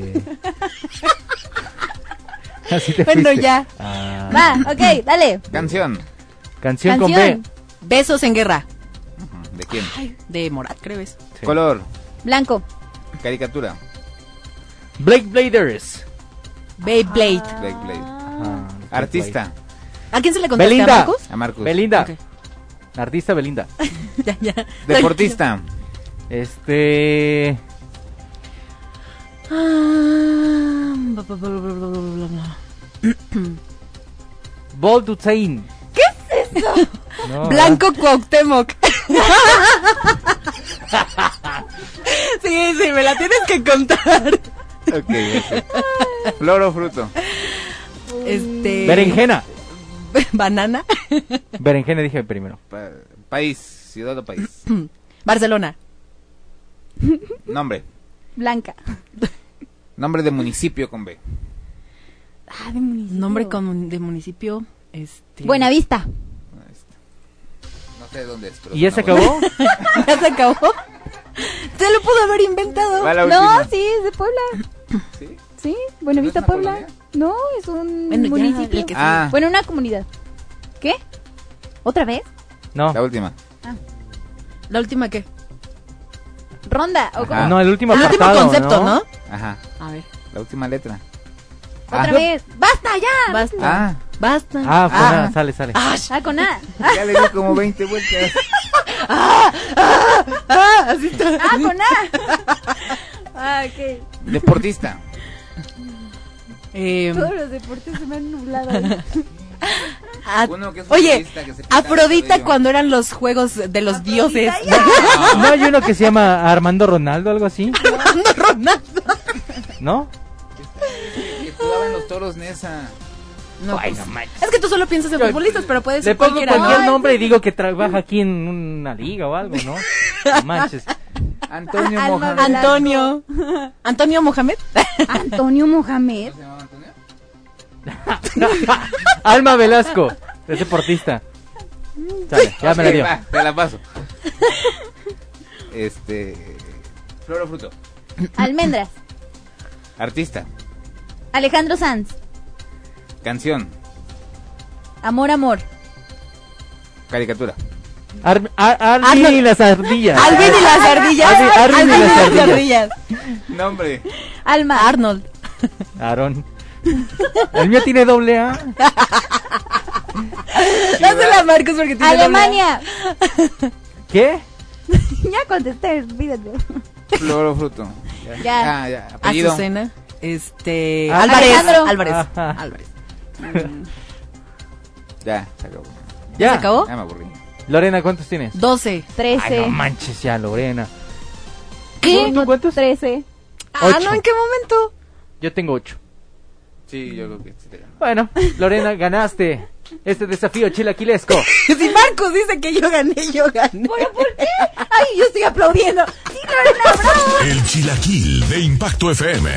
Así te Bueno, fuiste. ya. Ah. Va, ok, dale. Canción. Canción, con B. Canción. Besos en guerra. ¿De quién? De Morat, creo es. Sí. Color. Blanco. Caricatura. Blake Bladers. Beyblade. Black Blade. Ah, Artista. ¿A quién se le contaste? Belinda. ¿A Marcos? A Marcus. Belinda. Ok. Artista Belinda. Ya, ya. Deportista. Este. Ah, bla, bla, bla, bla, bla, bla, bla. Bolt Hussein. ¿Qué es eso? No, Blanco Cuauhtémoc. Sí, sí, me la tienes que contar. Ok, ese. Flor o fruto. Este. Berenjena. Banana. Berenjena dije primero. Pa- país. Ciudad o país. Barcelona. Nombre. Blanca. Nombre de municipio con B. Ah, de municipio. Nombre con, de municipio. Este. Buenavista. No sé dónde es. Pero ¿Y ya se suena acabó? ¿Ya se acabó? Se lo pudo haber inventado. Va la No, última. sí, es de Puebla. ¿Sí? Sí, Buenavista, ¿No es una Puebla. colonia? No, es un Bueno, ya, municipio. el que Ah, Bueno, una comunidad. ¿Qué? ¿Otra vez? No. la última. ¿La última qué? ¿Ronda? ¿O cómo? Ajá. No, el último El último apartado, concepto, ¿no? Ajá. A ver. La última letra. ¿Otra Ah. vez? ¡Basta, ya! Basta. Ah, Basta. Ah, fuera, Ah. sale, sale. Ah, Ah, con A. ya le di como veinte vueltas. ah, así está. Ah, con A. Ah, ok. Deportista. Eh, Todos los deportes se me han nublado. ahí. a- Uno que es Oye, futbolista, que se pinta el Afrodita cabello. cuando eran los juegos de los dioses. ¿No hay uno que se llama Armando Ronaldo, algo así? Armando Ronaldo. ¿No? Que jugaba en los toros Nesa. No, Ay, pues, no manches. es que tú solo piensas en futbolistas, pero puede Le ser pongo cualquiera. cualquier ¿no? nombre y digo que trabaja aquí en una liga o algo, ¿no? No manches. Antonio Alma Mohamed. Velasco. Antonio. Antonio Mohamed. Antonio Mohamed. ¿No se llamaba Antonio? Alma Velasco, es deportista. Sale, ya me la Ok, dio. va, te la paso. Este. Flor o fruto. Almendras. Artista. Alejandro Sanz. Canción. Amor, amor. Caricatura. Ar- Ar- Armin Arnold. y las ardillas. Alvin y las ardillas. Alvin- Alvin y Alvin las ardillas. Nombre. Alma. Arnold. Aarón. El mío tiene doble A. Dásela a Marcos porque tiene Alemania. ¿Qué? Ya contesté, olvídate. Flor o fruto. Ya. Ah, ya. doble A. Apellido. Azucena. Este. Ah, Álvarez. Alejandro. Álvarez. Ajá. Álvarez. Ya, se acabó. Ya. ¿Se acabó? Ya me aburrí. Lorena, ¿cuántos tienes? doce. Trece. Ay, no manches ya, Lorena. ¿Qué? ¿Tú cuántos? Trece. Ah, Ocho. no, ¿en qué momento? Yo tengo ocho. Sí, yo creo que sí te gano. Bueno, Lorena, ganaste este desafío chilaquilesco. Si Marcos dice que yo gané, yo gané. ¿Pero por qué? Ay, yo estoy aplaudiendo. Sí, Lorena, bravo. El Chilaquil de Impacto F M.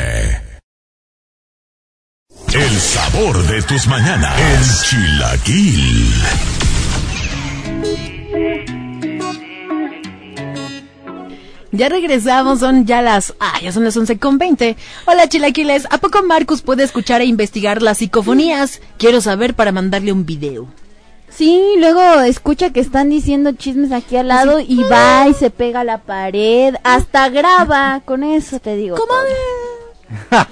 El sabor de tus mañanas. El Chilaquil. Ya regresamos, son ya las... Ah, ya son las once con veinte. Hola, chilaquiles. ¿A poco Marcus puede escuchar e investigar las psicofonías? Quiero saber para mandarle un video. Sí, luego escucha que están diciendo chismes aquí al lado Así, y va y se pega a la pared, hasta graba, con eso te digo. ¿Cómo todo.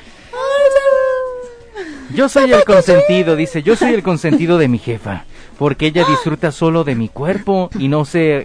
Yo soy el consentido, dice, yo soy el consentido de mi jefa, porque ella disfruta solo de mi cuerpo y no se...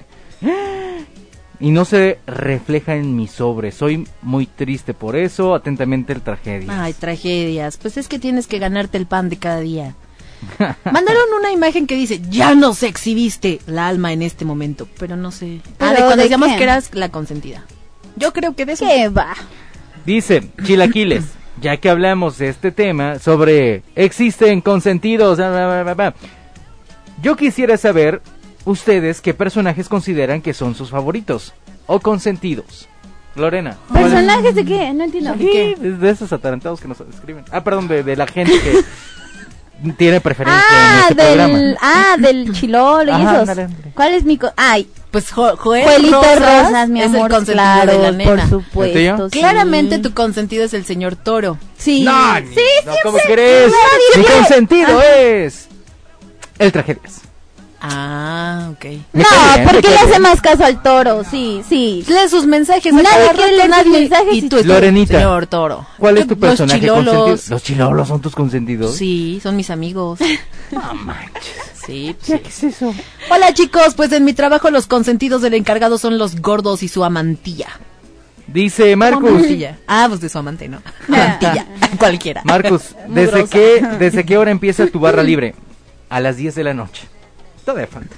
y no se refleja en mi sobre. Soy muy triste por eso. Atentamente, el Tragedias. Ay, tragedias. Pues es que tienes que ganarte el pan de cada día. Mandaron una imagen que dice, ya nos exhibiste la alma en este momento, pero no sé. Ah, de ¿Pero cuando de decíamos qué? que eras la consentida. Yo creo que de eso. ¿Qué va? Dice, Chilaquiles, ya que hablamos de este tema sobre existen consentidos, bla, bla, bla, bla, yo quisiera saber ustedes qué personajes consideran que son sus favoritos o consentidos. Lorena. ¿cuál es? ¿Personajes de qué? No entiendo. Sí, de, de esos atarantados que nos escriben. Ah, perdón, de, de la gente que tiene preferencia en Ah, este programa. del, ah, del Chilolo y Ajá, esos. ándale, ándale. ¿Cuál es mi co Ay, Pues jo Joel Joelito Rosas, Rosas, mi es amor, el consentido claro, de la nena. por ¿El supuesto. tuyo? Sí. Claramente tu consentido es el señor Toro. Sí. No, sí, ni- sí, no, sí, ¿cómo sí, crees? nadie Mi quiere. consentido Ah. es el Tragedias. Ah, ok. Me No, cae bien, ¿por me qué cae le hace bien. más caso al Toro? Sí, sí. Lee sus mensajes. Nadie a cada quiere rato, leer sus nadie. mensajes Y y- tú estás, Lorenita, señor Toro. ¿Cuál es tu Los personaje chilolos. consentido? ¿Los chilolos son tus consentidos? Sí, son mis amigos. No manches. Sí, ¿Qué, sí. qué es eso? Hola chicos, pues en mi trabajo los consentidos del encargado son los gordos y su amantilla. Dice ¿Cómo Marcus. amantilla? Ah, pues de su amante, ¿no? Amantilla, cualquiera. Marcus, ¿desde Mugrosa. qué, ¿desde qué hora empieza tu barra libre? A las diez de la noche. Todavía falta.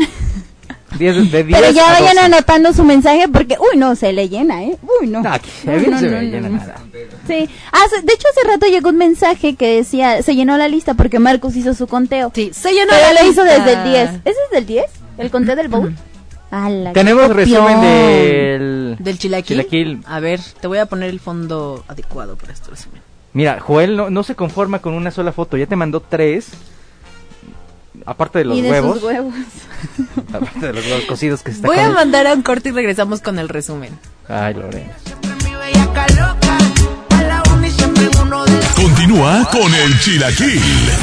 diez, de diez Pero ya a vayan doce. anotando su mensaje porque, uy, no, se le llena, ¿eh? Uy, no. No, aquí No, a mí no no, se no, me no, llena no. nada. Sí. Hace- de hecho, hace rato llegó un mensaje que decía, se llenó la lista porque Marcus hizo su conteo. Sí, se llenó Pero la lo hizo lista. desde el diez. ¿Ese es del diez? ¿El conteo del bowl? ¡Hala, qué Tenemos copión! resumen del... ¿Del chilaquil? Chilaquil. A ver, te voy a poner el fondo adecuado para este resumen. Mira, Joel no, no se conforma con una sola foto. Ya te mandó tres. Aparte de los Y de huevos. sus huevos. Aparte de los huevos cocidos que se está Voy a comiendo. mandar a un corte y regresamos con el resumen. Ay, Lorena. Continúa con el Chilaquil.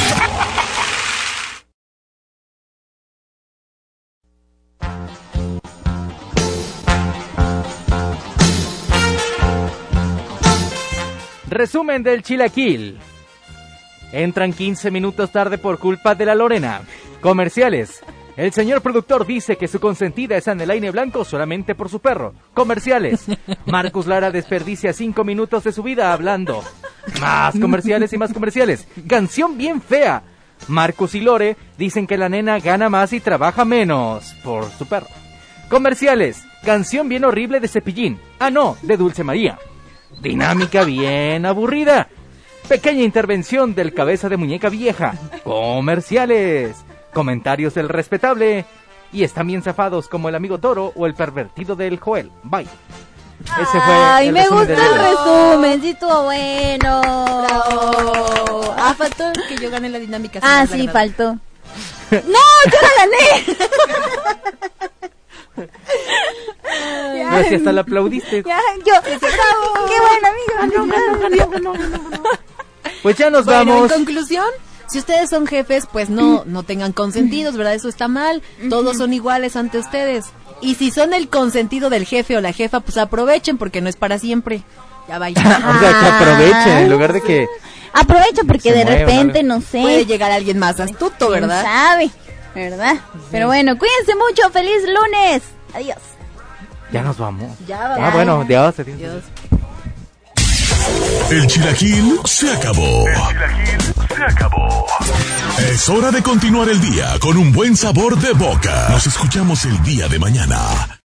Resumen del Chilaquil. Entran quince minutos tarde por culpa de la Lorena. Comerciales. El señor productor dice que su consentida es Anelaine Blanco solamente por su perro. Comerciales. Marcus Lara desperdicia cinco minutos de su vida hablando. Más comerciales y más comerciales. Canción bien fea. Marcus y Lore dicen que la nena gana más y trabaja menos por su perro. Comerciales. Canción bien horrible de Cepillín. Ah, no, de Dulce María. Dinámica bien aburrida. Pequeña intervención del cabeza de muñeca vieja. Comerciales. Comentarios del respetable. Y están bien zafados como el amigo Toro o el pervertido del Joel. Bye. Ese fue Ay, el me resumen gustó del el día. resumen, sí estuvo bueno. Bravo. Ah, faltó que yo gane la dinámica. Ah, señora sí, ganadora. faltó. ¡No, yo la gané! Ya, No, si hasta la aplaudiste. ya, yo, bravo, qué bueno, amigo. Pues ya nos Bueno, vamos. en conclusión, si ustedes son jefes, pues no, no tengan consentidos, ¿verdad? Eso está mal. Todos son iguales ante ustedes. Y si son el consentido del jefe o la jefa, pues aprovechen porque no es para siempre. Ya vaya. O sea, que aprovechen en lugar de que... Aprovecho porque Se de muevan, repente, algo. no sé. Puede llegar alguien más astuto, ¿Quién ¿verdad? sabe? ¿Verdad? Pero bueno, cuídense mucho. ¡Feliz lunes! Adiós. Ya nos vamos. Ya vamos. Ah, bueno, Dios. Adiós. Dios. El Chilaquil se acabó. El Chilaquil se acabó. Es hora de continuar el día con un buen sabor de boca. Nos escuchamos el día de mañana.